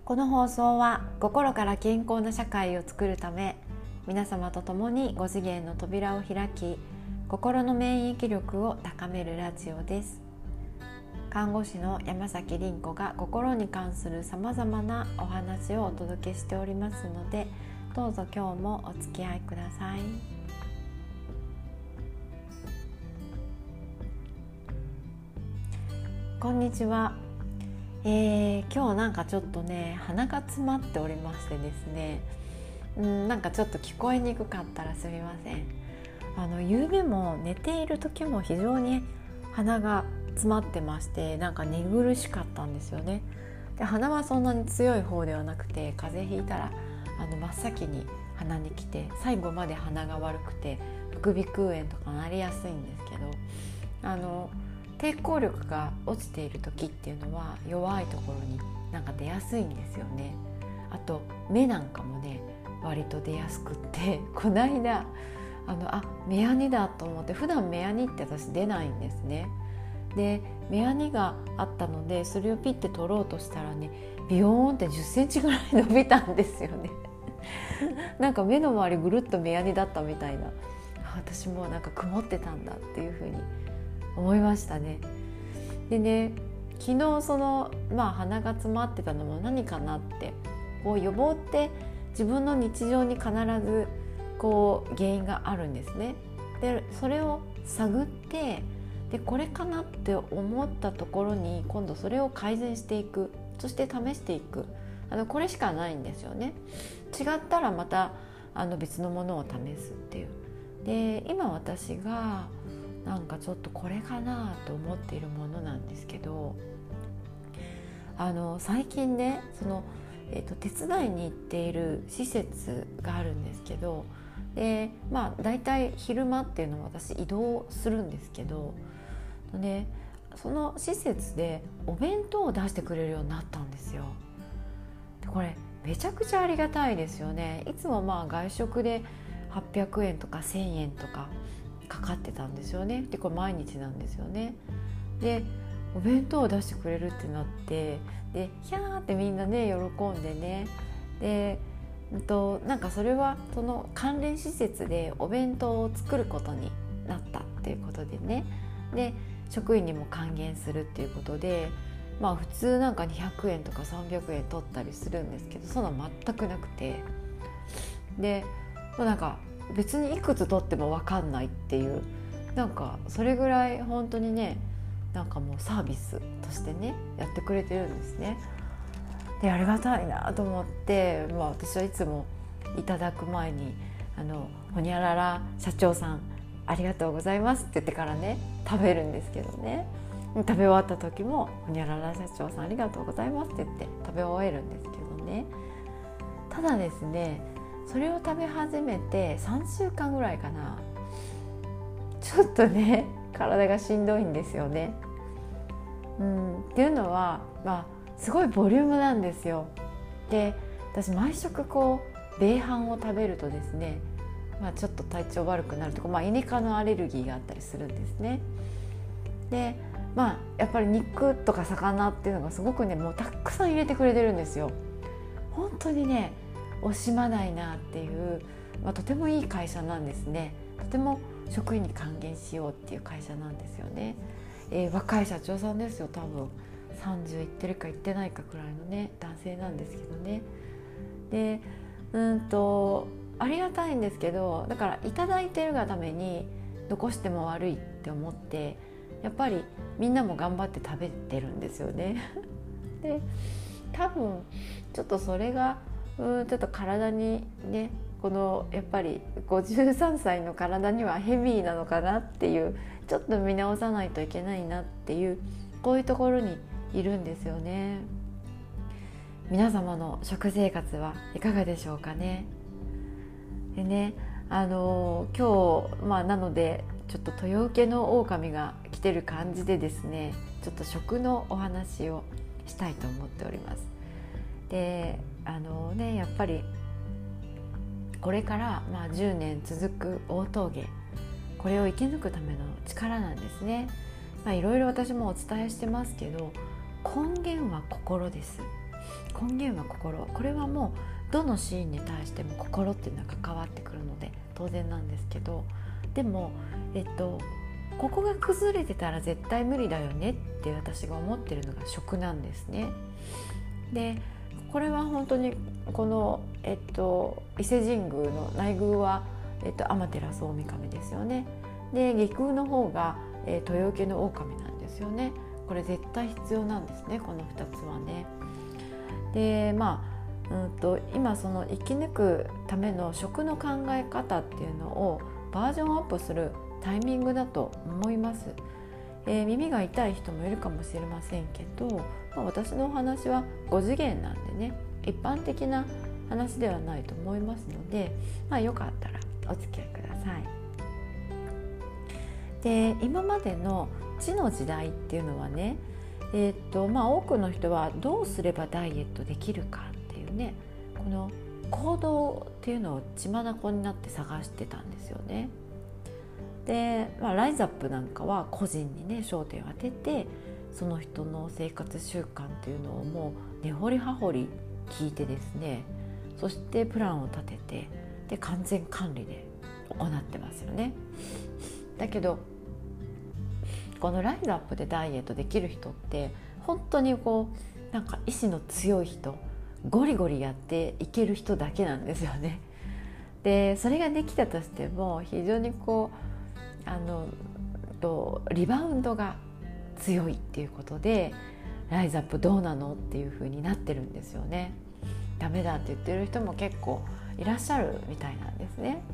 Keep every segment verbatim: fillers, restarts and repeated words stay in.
この放送は心から健康な社会を作るため、皆様と共にご次元の扉を開き、心の免疫力を高めるラジオです。看護師の山崎凛子が心に関するさまざまなお話をお届けしておりますので、どうぞ今日もお付き合いください。こんにちは。えー、今日なんかちょっとね鼻が詰まっておりましてですね、うんなんかちょっと聞こえにくかったらすみません。あの夕べも寝ている時も非常に鼻が詰まってまして、なんか寝苦しかったんですよね。で鼻はそんなに強い方ではなくて、風邪ひいたらあの真っ先に鼻に来て、最後まで鼻が悪くて副鼻腔炎とかなりやすいんですけど、あの抵抗力が落ちている時っていうのは弱いところになんか出やすいんですよね。あと目なんかもね割と出やすくって、この間あのあ目やにだと思って、普段目やにって私出ないんですね。で目やにがあったので、それをピッて取ろうとしたらね、ビヨーンってじゅっセンチぐらい伸びたんですよねなんか目の周りぐるっと目やにだったみたいな、私もなんか曇ってたんだっていう風に思いましたね。でね、昨日その、まあ、鼻が詰まってたのも何かなって、こう予防って自分の日常に必ずこう原因があるんですね。でそれを探って、でこれかなって思ったところに今度それを改善していく、そして試していく、あのこれしかないんですよね。違ったらまたあの別のものを試すっていう。で今私がなんかちょっとこれかなと思っているものなんですけど、あの最近ねその、えーと、手伝いに行っている施設があるんですけど、でまあだいたい昼間っていうのは私移動するんですけど、でその施設でお弁当を出してくれるようになったんですよ。でこれめちゃくちゃありがたいですよね。いつもまあ外食ではっぴゃくえんとかせんえんとかかかってたんですよね。でこれ毎日なんですよね。でお弁当を出してくれるってなって、でヒャーってみんなね喜んでね、で、うんと、なんかそれはその関連施設でお弁当を作ることになったっていうことでね、で職員にも還元するっていうことで、まあ普通なんかにひゃくえんとかさんびゃくえん取ったりするんですけど、そんな全くなくて、でなんか別にいくつ取っても分かんないっていう、なんかそれぐらい本当にね、なんかもうサービスとしてねやってくれてるんですね。でありがたいなと思って、まあ、私はいつもいただく前にあのほにゃらら社長さんありがとうございますって言ってからね食べるんですけどね、食べ終わった時もほにゃらら社長さんありがとうございますって言って食べ終えるんですけどね。ただですね、それを食べ始めてさんしゅうかんぐらいかな、ちょっとね体がしんどいんですよね。うん、っていうのは、まあ、すごいボリュームなんですよ。で私毎食こう米飯を食べるとですね、まあ、ちょっと体調悪くなるとか、まあ、イネ科のアレルギーがあったりするんですね。でまあやっぱり肉とか魚っていうのがすごくねもうたくさん入れてくれてるんですよ。本当にね惜しまないなっていう、まあ、とてもいい会社なんですね。とても職員に還元しようっていう会社なんですよね。えー、若い社長さんですよ。多分さんじゅういってるかいってないかくらいのね男性なんですけどね。でうんとありがたいんですけど、だからいただいてるがために残しても悪いって思って、やっぱりみんなも頑張って食べてるんですよねで多分ちょっとそれがうんちょっと体にね、このやっぱりごじゅうさんさいの体にはヘビーなのかなっていう、ちょっと見直さないといけないなっていう、こういうところにいるんですよね。皆様の食生活はいかがでしょうかね。でね、あの今日、まあ、なのでちょっと豊受けの狼が来てる感じでですね、ちょっと食のお話をしたいと思っております。であのねやっぱりこれからまあじゅうねん続く大峠、これを生き抜くための力なんですね。まあいろいろ私もお伝えしてますけど、根源は心です。 根源は心。これはもうどのシーンに対しても心っていうのは関わってくるので当然なんですけど、でもえっとここが崩れてたら絶対無理だよねって私が思ってるのが食なんですね。でこれは本当にこの、えっと、伊勢神宮の内宮は、えっと、天照大神ですよね。で外宮の方が、えー、豊受の狼なんですよね。これ絶対必要なんですね、このふたつはね。でまあ、うんと、今その生き抜くための食の考え方っていうのをバージョンアップするタイミングだと思います。えー、耳が痛い人もいるかもしれませんけど、まあ、私のお話はご次元なんでね、一般的な話ではないと思いますので、まあ、よかったらお付き合いください。で今までの地の時代っていうのはね、えーっとまあ、多くの人はどうすればダイエットできるかっていうね、この行動っていうのを血眼になって探してたんですよね。で、まあ、ライザップなんかは個人にね焦点を当てて、その人の生活習慣っていうのをもう根掘り葉掘り聞いてですね、そしてプランを立てて、で完全管理で行ってますよね。だけどこのライザップでダイエットできる人って本当にこうなんか意志の強い人、ゴリゴリやっていける人だけなんですよね。でそれができたとしても非常にこうあのとリバウンドが強いっていうことで、ライズアップどうなのっていう風になってるんですよね。ダメだって言ってる人も結構いらっしゃるみたいなんですね。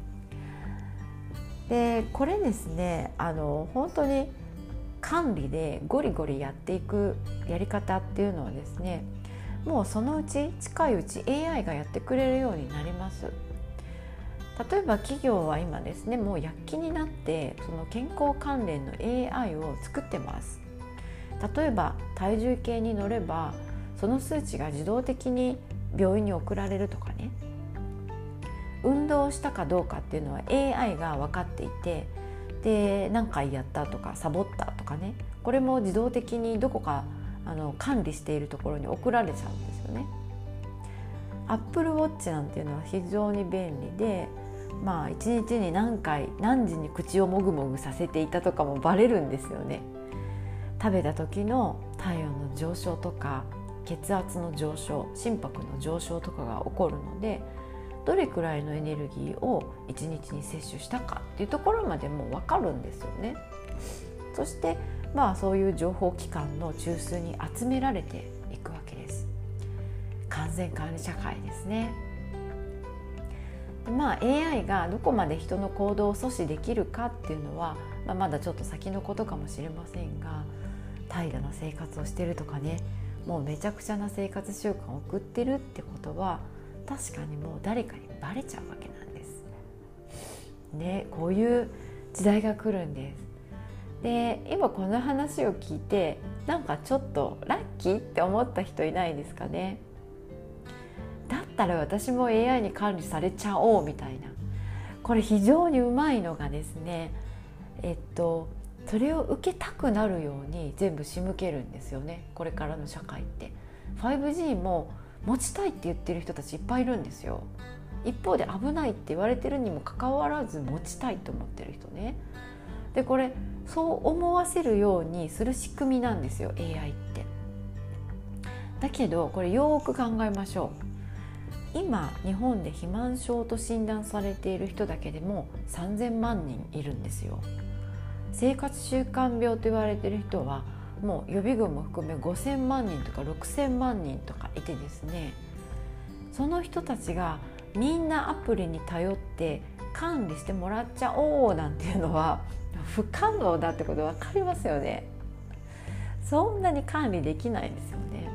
でこれですね、あの本当に管理でゴリゴリやっていくやり方っていうのはですね、もうそのうち近いうち エーアイ がやってくれるようになります。例えば企業は今ですね、もう躍起になってその健康関連の エーアイ を作ってます。例えば体重計に乗ればその数値が自動的に病院に送られるとかね、運動したかどうかっていうのは エーアイ が分かっていて、で何回やったとかサボったとかね、これも自動的にどこかあの管理しているところに送られちゃうんですよね。Apple Watch なんていうのは非常に便利で、まあいちにちに何回何時に口をもぐもぐさせていたとかもバレるんですよね。食べた時の体温の上昇とか血圧の上昇、心拍の上昇とかが起こるので、どれくらいのエネルギーをいちにちに摂取したかっていうところまでもう分かるんですよね。そしてまあそういう情報機関の中枢に集められていくわけです。完全管理社会ですね。でまあ エーアイ がどこまで人の行動を阻止できるかっていうのは、まあ、まだちょっと先のことかもしれませんが、怠惰な生活をしてるとかね、もうめちゃくちゃな生活習慣を送ってるってことは確かにもう誰かにバレちゃうわけなんですね。こういう時代が来るんです。で今この話を聞いてなんかちょっとラッキーって思った人いないですかね。だったら私も エーアイ に管理されちゃおうみたいな。これ非常にうまいのがですね、えっとそれを受けたくなるように全部仕向けるんですよね。これからの社会って ファイブジー も持ちたいって言ってる人たちいっぱいいるんですよ。一方で危ないって言われてるにもかかわらず持ちたいと思ってる人ね。でこれそう思わせるようにする仕組みなんですよ エーアイ って。だけどこれよく考えましょう。今日本で肥満症と診断されている人だけでもさんぜんまんにんいるんですよ。生活習慣病と言われている人はもう予備軍も含めごせんまんにんとかろくせんまんにんとかいてですね、その人たちがみんなアプリに頼って管理してもらっちゃおうなんていうのは不可能だってこと分かりますよね。そんなに管理できないんですよね。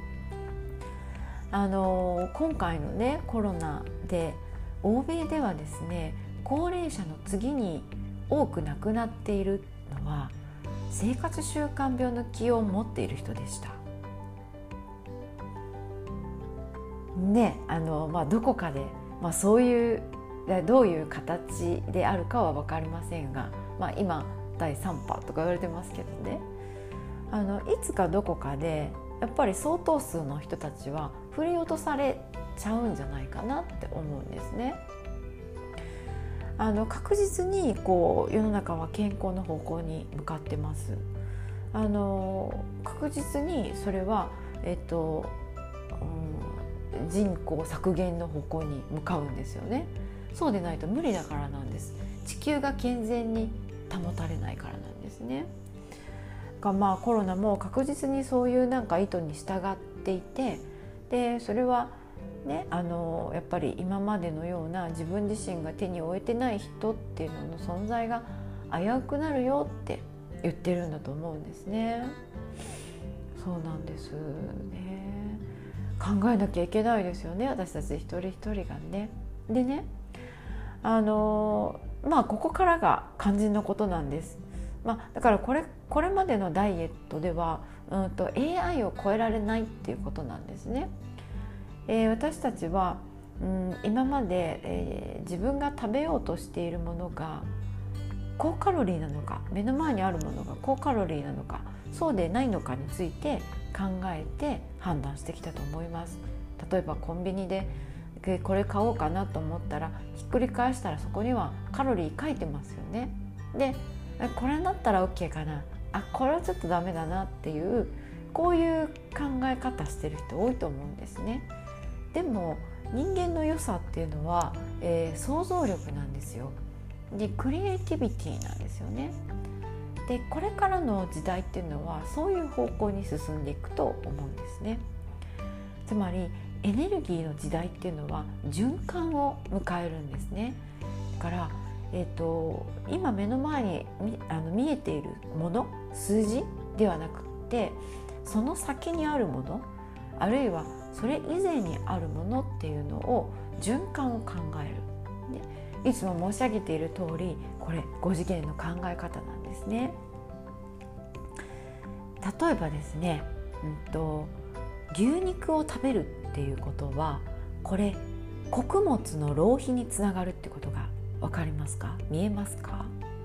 あの今回のねコロナで欧米ではですね、高齢者の次に多く亡くなっているのは生活習慣病の気を持っている人でしたね。あの、まあ、どこかで、まあ、そういうどういう形であるかは分かりませんが、まあ、今だいさん波とか言われてますけどね、あのいつかどこかでやっぱり相当数の人たちは振り落とされちゃうんじゃないかなって思うんですね。あの確実にこう世の中は健康の方向に向かってます。あの確実にそれは、えっとうん、人口削減の方向に向かうんですよね。そうでないと無理だからなんです。地球が健全に保たれないからなんですね。がまあコロナも確実にそういうなんか意図に従っていて、でそれはね、あのやっぱり今までのような自分自身が手に負えてない人っていうのの存在が危うくなるよって言ってるんだと思うんですね。そうなんですね。考えなきゃいけないですよね、私たち一人一人がね。でね、あのまあここからが肝心のことなんです。まあ、だからこれこれまでのダイエットでは、うんと エーアイ を超えられないっていうことなんですね。えー、私たちは、うん、今まで、えー、自分が食べようとしているものが高カロリーなのか、目の前にあるものが高カロリーなのか、そうでないのかについて考えて判断してきたと思います。例えばコンビニでこれ買おうかなと思ったらひっくり返したらそこにはカロリー書いてますよね。でこれだったら OK かな、あこれはちょっとダメだなっていう、こういう考え方してる人多いと思うんですね。でも人間の良さっていうのは、えー、想像力なんですよ。でクリエイティビティなんですよね。でこれからの時代っていうのはそういう方向に進んでいくと思うんですね。つまりエネルギーの時代っていうのは循環を迎えるんですね。だから、えーと、今目の前にあの見えているもの、数字ではなくってその先にあるもの、あるいはそれ以前にあるものっていうのを循環を考える。でいつも申し上げている通り、これご次元の考え方なんですね。例えばですね、うんと、牛肉を食べるっていうことは、これ穀物の浪費につながるってことが分かりますか？見えますか？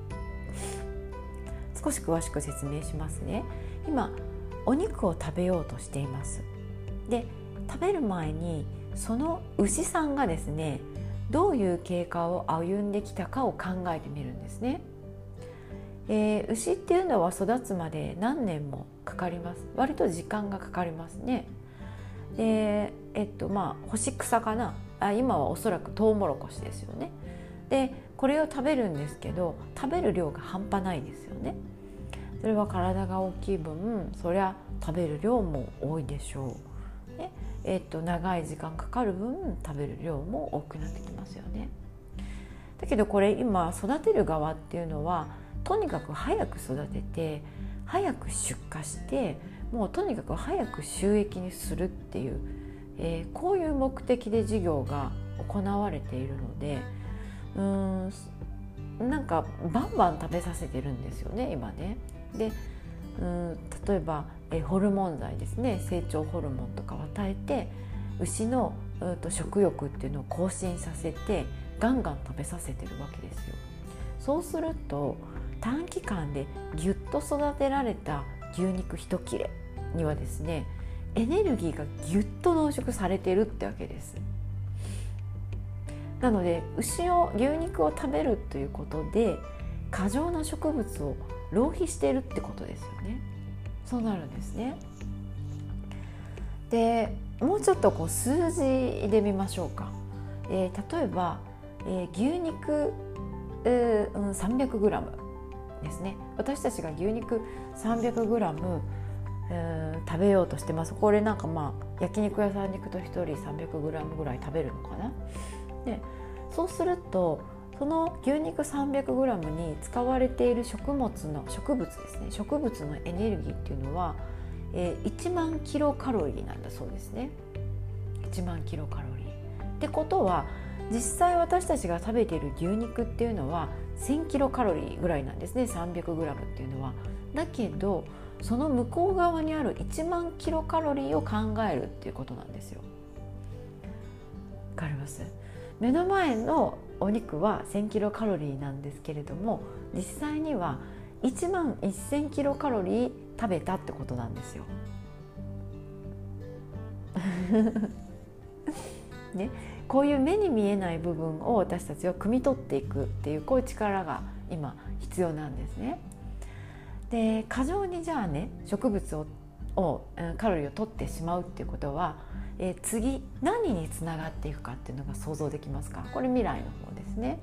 少し詳しく説明しますね。今お肉を食べようとしています。で食べる前にその牛さんがですね、どういう経過を歩んできたかを考えてみるんですね。えー、牛っていうのは育つまで何年もかかります。割と時間がかかりますね。でえっとまあ干し草かなあ、今はおそらくトウモロコシですよね。でこれを食べるんですけど、食べる量が半端ないですよね。それは体が大きい分、そりゃ食べる量も多いでしょう。でえっと長い時間かかる分、食べる量も多くなってきますよね。だけどこれ今育てる側っていうのは、とにかく早く育てて早く出荷して、もうとにかく早く収益にするっていう、えー、こういう目的で事業が行われているので、うーんなんかバンバン食べさせてるんですよね今ね。でうん例えばえホルモン剤ですね、成長ホルモンとかを与えて牛のうと食欲っていうのを更新させてガンガン食べさせてるわけですよ。そうすると短期間でぎゅっと育てられた牛肉一切れにはですね、エネルギーがぎゅっと濃縮されてるってわけです。なので牛を牛肉を食べるということで過剰な植物を浪費しているってことですよね。そうなるんですね。でもうちょっとこう数字で見ましょうか。えー、例えば、えー、牛肉、えーうん、さんびゃくグラム ですね。私たちが牛肉 さんびゃくグラム、えー、食べようとしてます。これなんかまあ焼肉屋さんに行くとひとり さんびゃくグラム ぐらい食べるのかな。でそうするとその牛肉 さんびゃくグラム に使われている食物の植物ですね、植物のエネルギーっていうのは、えー、いちまんキロカロリーなんだそうですね。いちまんキロカロリーってことは、実際私たちが食べている牛肉っていうのはせんキロカロリーぐらいなんですね、 さんびゃくグラム っていうのは。だけどその向こう側にあるいちまんキロカロリーを考えるっていうことなんですよ。わかります？目の前のお肉はせんキロカロリーなんですけれども、実際にはいちまんせんキロカロリー食べたってことなんですよ。 ね、こういう目に見えない部分を私たちは汲み取っていくっていうこういう力が今必要なんですね。で過剰にじゃあね植物ををカロリーを取ってしまうっていうことは、えー、次何につながっていくかっていうのが想像できますか？これ未来の方ですね。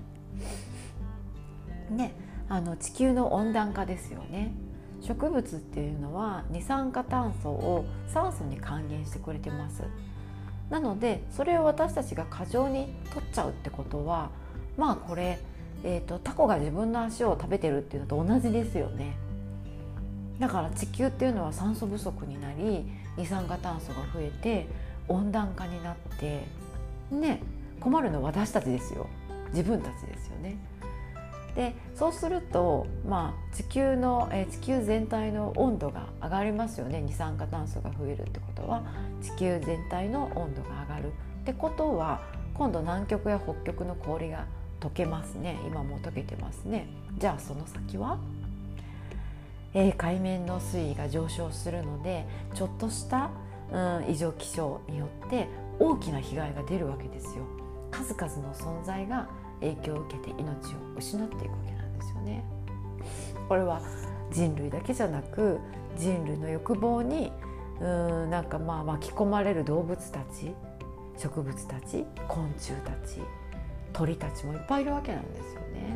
ね、あの地球の温暖化ですよね。植物っていうのは二酸化炭素を酸素に還元してくれてます。なのでそれを私たちが過剰に取っちゃうってことはまあこれ、えーと、タコが自分の足を食べてるっていうのと同じですよね。だから地球っていうのは酸素不足になり二酸化炭素が増えて温暖化になってね、困るのは私たちですよ。自分たちですよね。でそうすると、まあ、地球の、えー、地球全体の温度が上がりますよね。二酸化炭素が増えるってことは地球全体の温度が上がるってことは今度南極や北極の氷が溶けますね。今もう溶けてますね。じゃあその先は、えー、海面の水位が上昇するのでちょっとした、うん、異常気象によって大きな被害が出るわけですよ。数々の存在が影響を受けて命を失っていくわけなんですよね。これは人類だけじゃなく人類の欲望にうーんなんかまあ巻き込まれる動物たち、植物たち、昆虫たち、鳥たちもいっぱいいるわけなんですよね。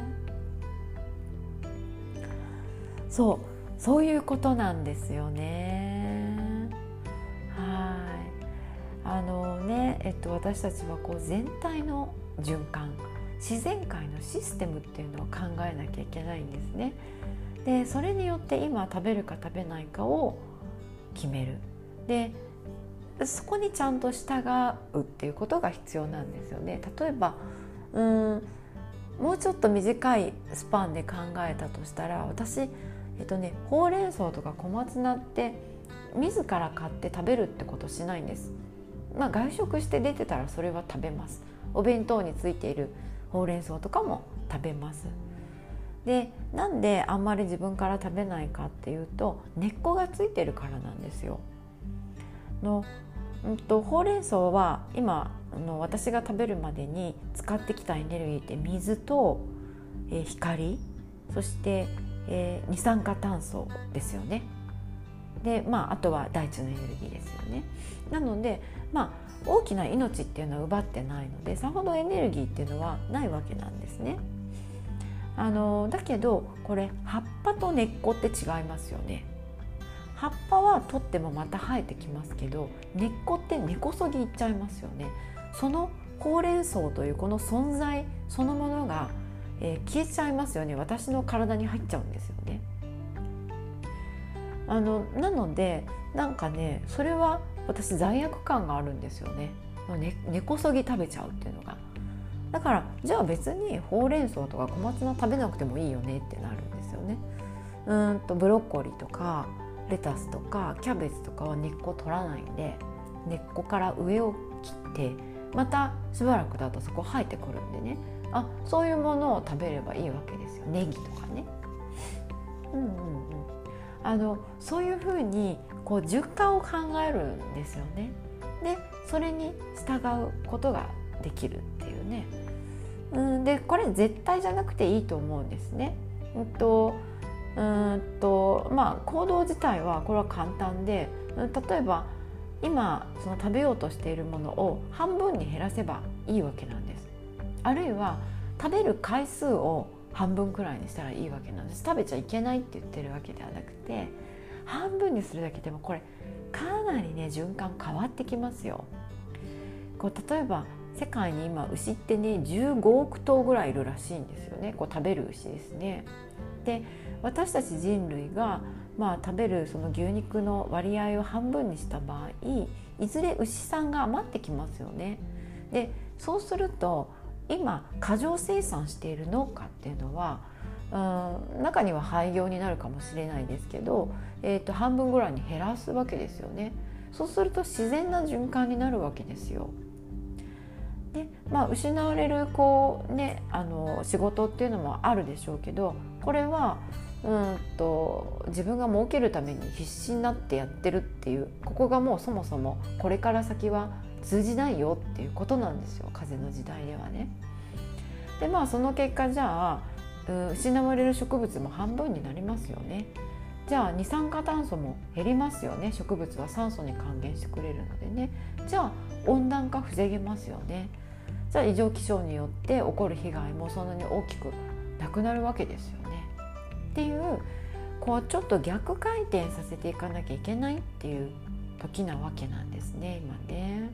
そうそういうことなんですよね。はい、あのね、えっと私たちはこう全体の循環、自然界のシステムっていうのを考えなきゃいけないんですね。でそれによって今食べるか食べないかを決める。でそこにちゃんと従うっていうことが必要なんですよね。例えばうーんもうちょっと短いスパンで考えたとしたら私、えっとね、ほうれん草とか小松菜って自ら買って食べるってことしないんです。まあ、外食して出てたらそれは食べます。お弁当についているほうれん草とかも食べます。でなんであんまり自分から食べないかっていうと根っこがついてるからなんですよ。の、うんと、ほうれん草は今あの私が食べるまでに使ってきたエネルギーって水と、えー、光そして、えー、二酸化炭素ですよね。で、まあ、あとは大地のエネルギーですよね。なので、まあ、大きな命っていうのは奪ってないのでさほどエネルギーっていうのはないわけなんですね。あのだけどこれ葉っぱと根っこって違いますよね。葉っぱは取ってもまた生えてきますけど根っこって根こそぎいっちゃいますよね。そのほうれん草というこの存在そのものが、えー、消えちゃいますよね。私の体に入っちゃうんですよね。あのなのでなんかねそれは私罪悪感があるんですよね。ね根こそぎ食べちゃうっていうのが。だからじゃあ別にほうれん草とか小松菜食べなくてもいいよねってなるんですよね。うーんとブロッコリーとかレタスとかキャベツとかは根っこ取らないんで根っこから上を切ってまたしばらくだとそこ生えてくるんでね、あそういうものを食べればいいわけですよ。ネギとかね。うんうんうん、あのそういうふうにこう循環を考えるんですよね。でそれに従うことができるっていうね。うんでこれ絶対じゃなくていいと思うんですね。うんとうんとまあ行動自体はこれは簡単で、例えば今その食べようとしているものを半分に減らせばいいわけなんです。あるいは食べる回数を半分くらいにしたらいいわけなんです。食べちゃいけないって言ってるわけではなくて半分にするだけでもこれかなりね循環変わってきますよ。こう例えば世界に今牛ってねじゅうごおくとうぐらいいるらしいんですよね。こう食べる牛ですね。で私たち人類が、まあ、食べるその牛肉の割合を半分にした場合いずれ牛さんが余ってきますよね。でそうすると今過剰生産している農家っていうのはうん中には廃業になるかもしれないですけど、えーと、半分ぐらいに減らすわけですよね。そうすると自然な循環になるわけですよ。でまあ、失われるこう、ね、あの仕事っていうのもあるでしょうけどこれはうんと自分が儲けるために必死になってやってるっていう、ここがもうそもそもこれから先は通じないよっていうことなんですよ、風の時代ではね。でまあその結果じゃあ、うん、失われる植物も半分になりますよね。じゃあ二酸化炭素も減りますよね。植物は酸素に還元してくれるのでね。じゃあ温暖化防げますよね。じゃあ異常気象によって起こる被害もそんなに大きくなくなるわけですよね。っていう、こうちょっと逆回転させていかなきゃいけないっていう時なわけなんですね、今ね。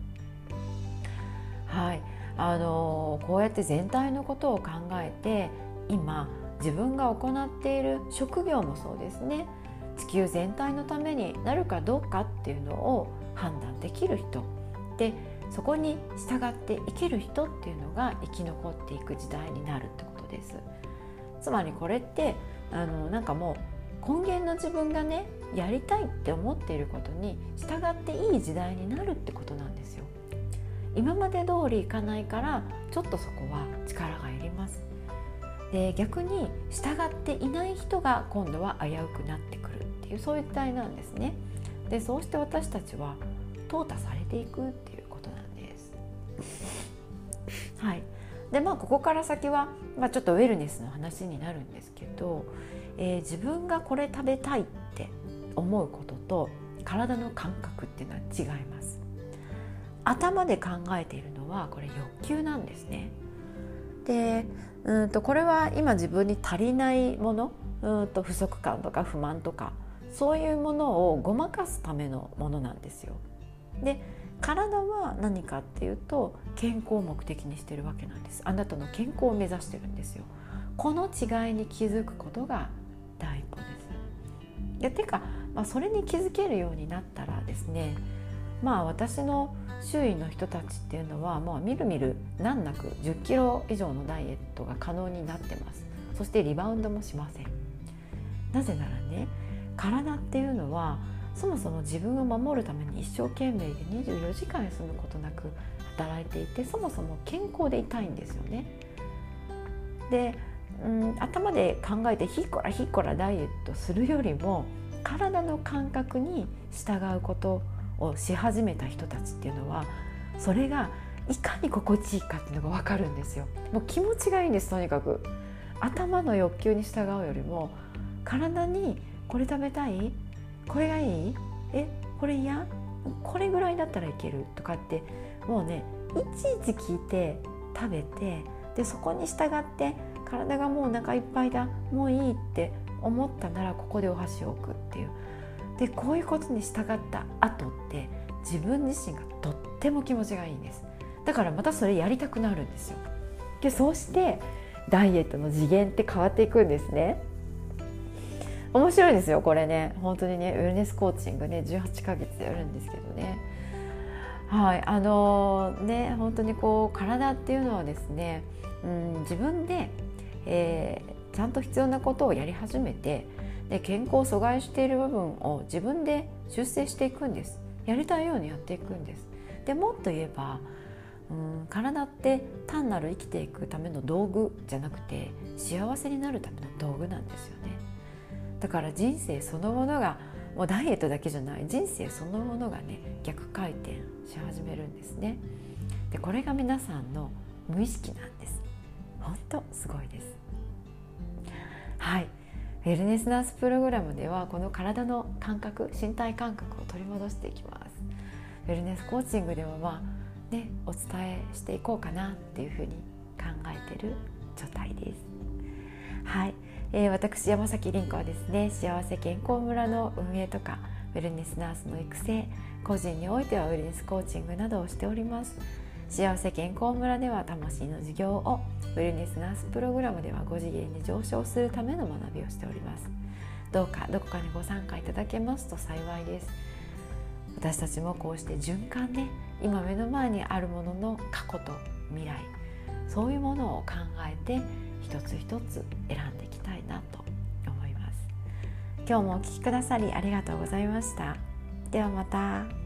はい、あのこうやって全体のことを考えて、今自分が行っている職業もそうですね、地球全体のためになるかどうかっていうのを判断できる人で、そこに従って生きる人っていうのが生き残っていく時代になるってことです。つまりこれってあのなんかもう根源の自分がね、やりたいって思っていることに従っていい時代になるってことなんですよ。今まで通りいかないから、ちょっとそこは力がいります。で逆に従っていない人が今度は危うくなってくるっていう、そういう時代なんですね。でそうして私たちは淘汰されていくっていうことなんです。はい。でまあここから先は、まあ、ちょっとウェルネスの話になるんですけど、えー、自分がこれ食べたいって思うことと体の感覚っていうのは違います。頭で考えているのはこれ欲求なんですね。でうんとこれは今自分に足りないもの、うんと不足感とか不満とか、そういうものをごまかすためのものなんですよ。で体は何かっていうと健康を目的にしてるわけなんです。あなたの健康を目指してるんですよ。この違いに気づくことが第一歩です。いやてか、まあ、それに気づけるようになったらですね、まあ私の周囲の人たちっていうのはもうみるみる難なくじゅっキロ以上のダイエットが可能になってます。そしてリバウンドもしません。なぜならね、体っていうのはそもそも自分を守るために一生懸命でにじゅうよじかん休むことなく働いていて、そもそも健康でいたいんですよね。で、うん、頭で考えてひっこらひっこらダイエットするよりも、体の感覚に従うことをし始めた人たちっていうのは、それがいかに心地いいかっていうのが分かるんですよ。もう気持ちがいいんです。とにかく頭の欲求に従うよりも、体にこれ食べたい、これがいい、えこれ嫌、これぐらいだったらいけるとかって、もうねいちいち聞いて食べて、でそこに従って体がもうお腹いっぱいだ、もういいって思ったならここでお箸を置くっていう。でこういうことに従った後って自分自身がとっても気持ちがいいんです。だからまたそれやりたくなるんですよ。でそうしてダイエットの次元って変わっていくんですね。面白いですよこれね。本当にね、ウェルネスコーチングねじゅうはちかげつでやるんですけどね。はい、あのー、ね本当にこう体っていうのはですね、うん、自分で、えー、ちゃんと必要なことをやり始めて、で健康を阻害している部分を自分で修正していくんです。やりたいようにやっていくんです。でもっと言えば、うん、体って単なる生きていくための道具じゃなくて、幸せになるための道具なんですよね。だから人生そのものが、もうダイエットだけじゃない、人生そのものがね逆回転し始めるんですね。でこれが皆さんの無意識なんです。本当すごいです。はい、ウェルネスナースプログラムではこの体の感覚、身体感覚を取り戻していきます。ウェルネスコーチングではまあねお伝えしていこうかなっていうふうに考えている状態です。はい、えー、私山崎凛子はですね、幸せ健康村の運営とかウェルネスナースの育成、個人においてはウェルネスコーチングなどをしております。幸せ健康村では魂の授業を、ウェルネスナースプログラムではご次元に上昇するための学びをしております。どうかどこかにご参加いただけますと幸いです。私たちもこうして循環で、今目の前にあるものの過去と未来、そういうものを考えて一つ一つ選んでいきたいなと思います。今日もお聞きくださりありがとうございました。ではまた。